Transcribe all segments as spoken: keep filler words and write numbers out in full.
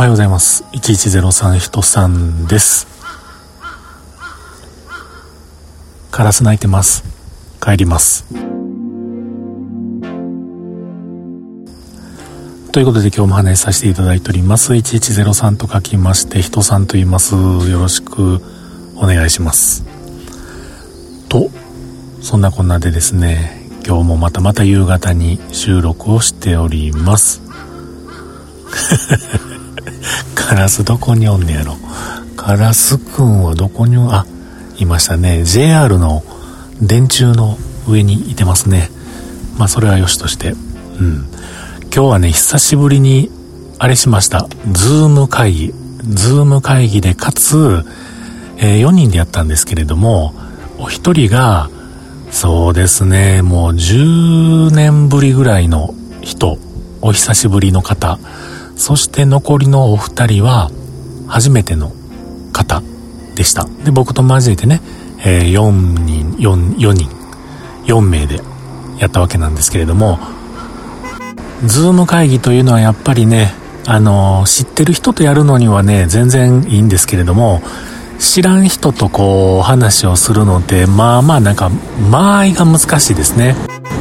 おはようございます。いちいちゼロさん人さんです。カラス鳴いてます。帰ります。ということで今日も話させていただいております。いちいちゼロさんと書きまして人さんと言います。よろしくお願いします。とそんなこんなでですね、今日もまたまた夕方に収録をしております。カラスどこにおんねやろ。カラスくんはどこにおあいましたね。 ジェイアール の電柱の上にいてますね。まあそれはよしとして、うん今日はね久しぶりにあれしました。ズーム会議ズーム会議でかつ、えー、よにんでやったんですけれども、お一人がそうですねもうじゅうねんぶりぐらいの人、お久しぶりの方、そして残りのお二人は初めての方でした。で僕と交えてね、えー、よにん 4, 4人よんめいでやったわけなんですけれども、ズーム会議というのはやっぱりね、あのー、知ってる人とやるのにはね全然いいんですけれども、知らん人とこう話をするのってまあまあなんか間合いが難しいですね。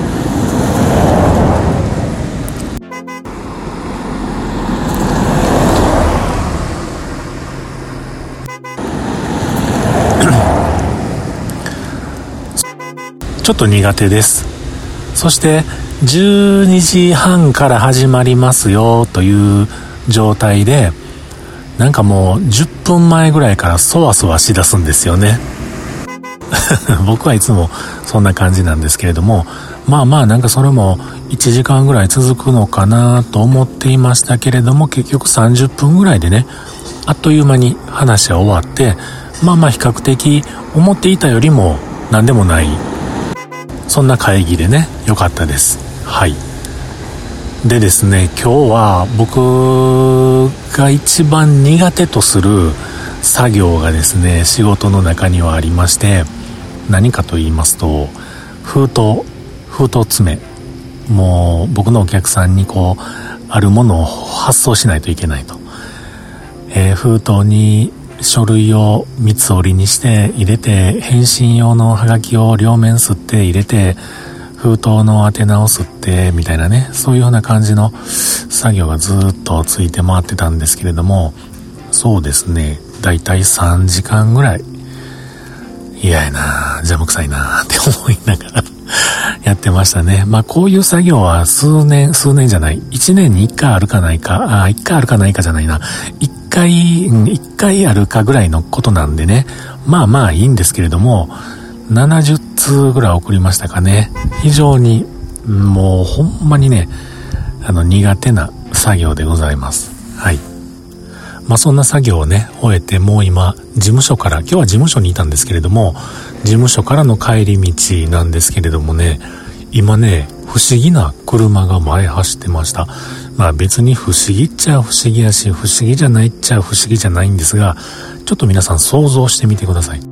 ちょっと苦手です。そしてじゅうにじはんから始まりますよという状態で、なんかもうじゅっぷんまえぐらいからそわそわしだすんですよね。僕はいつもそんな感じなんですけれども、まあまあなんかそれもいちじかんぐらい続くのかなと思っていましたけれども、結局さんじゅっぷんぐらいでねあっという間に話は終わって、まあまあ比較的思っていたよりも何でもない、そんな会議でね良かったです。はい。でですね、今日は僕が一番苦手とする作業がですね仕事の中にはありまして、何かと言いますと封筒封筒詰め、もう僕のお客さんにこうあるものを発送しないといけないと、えー、封筒に書類を三つ折りにして入れて、返信用のハガキを両面吸って入れて、封筒の宛名を吸ってみたいなね、そういうような感じの作業がずっとついて回ってたんですけれども、そうですねだいたいさんじかんぐらい嫌やな邪魔くさいなって思いながらやってましたね。まあこういう作業は数年数年じゃないいちねんにいっかいあるかないか、あいっかいあるかないかじゃないないっかい、うん、いっかいあるかぐらいのことなんでね、まあまあいいんですけれども、ななじゅっつうぐらい送りましたかね。非常にもうほんまにねあの苦手な作業でございます。はい。まあそんな作業をね終えて、もう今事務所から、今日は事務所にいたんですけれども、事務所からの帰り道なんですけれどもね、今ね不思議な車が前走ってました。まあ別に不思議っちゃ不思議やし、不思議じゃないっちゃ不思議じゃないんですが、ちょっと皆さん想像してみてください。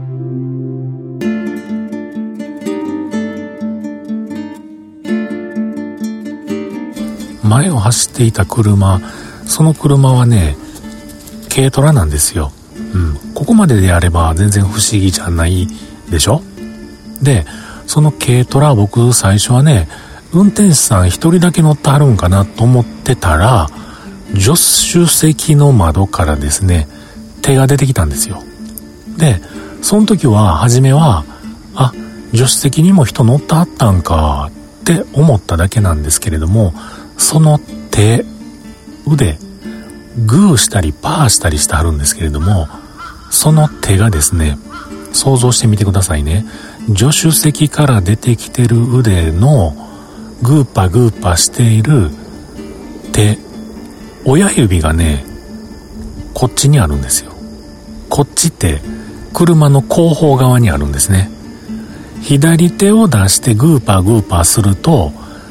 前を走っていた車、その車はね軽トラなんですよ。うん、ここまでであれば全然不思議じゃないでしょ。でその軽トラ、僕最初はね運転手さん一人だけ乗ってはるんかなと思ってたら、助手席の窓からですね手が出てきたんですよ。でその時は初めはあ助手席にも人乗ってはったんかって思っただけなんですけれども、その手腕グーしたりパーしたりしてはるんですけれども、その手がですね、想像してみてくださいね。助手席から出てきてる腕のグーパグーパしている手、親指がねこっちにあるんですよ。こっちって車の後方側にあるんですね。左手を出してグーパーグーパーすると、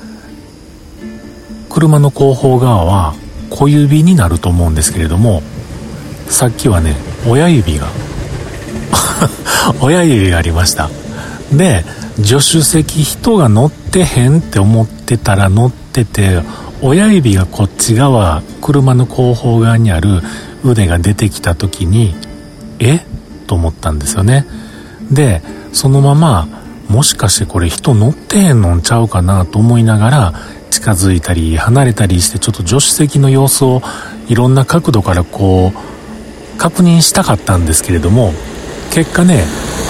車の後方側は小指になると思うんですけれども、さっきはね親指が親指がありました。で助手席人が乗ってへんって思ってたら乗ってて、 親指がこっち側、車の後方側にある腕が出てきた時にえと思ったんですよね。でそのままもしかしてこれ人乗ってへんのんちゃうかなと思いながら近づいたり離れたりして、ちょっと助手席の様子をいろんな角度からこう確認したかったんですけれども、結果ね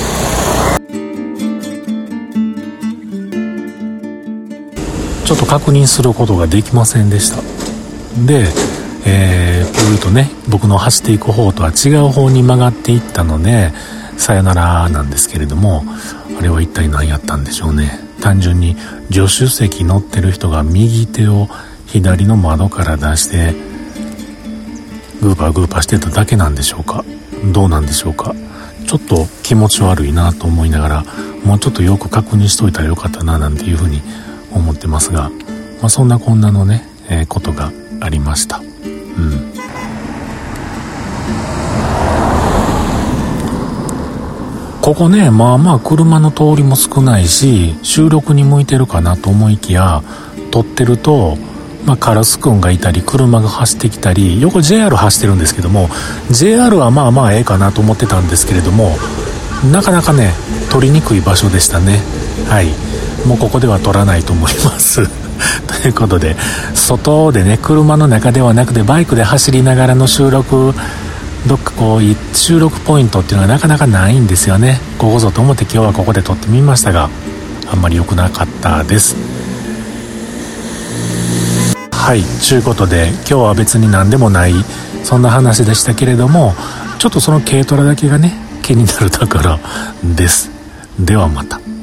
ちょっと確認することができませんでした。で、えー、プーとね僕の走っていく方とは違う方に曲がっていったのでさよならなんですけれども、あれは一体何やったんでしょうね。単純に助手席乗ってる人が右手を左の窓から出してグーパーグーパーしてただけなんでしょうか。どうなんでしょうか。ちょっと気持ち悪いなと思いながら、もうちょっとよく確認しといたらよかったななんていうふうに思ってますが、まあ、そんなこんなのね、えー、ことがありました。うんここね、まあまあ車の通りも少ないし収録に向いてるかなと思いきや、撮ってると、まあ、カラスくんがいたり車が走ってきたり、横 ジェイアール 走ってるんですけども ジェイアール はまあまあええかなと思ってたんですけれども、なかなかね撮りにくい場所でしたね。はい、もうここでは撮らないと思いますということで、外でね車の中ではなくてバイクで走りながらの収録、どっかこう収録ポイントっていうのがなかなかないんですよね。ここぞと思って今日はここで撮ってみましたが、あんまり良くなかったです。はい、ということで今日は別に何でもないそんな話でしたけれども、ちょっとその軽トラだけがね気になるところです。ではまた。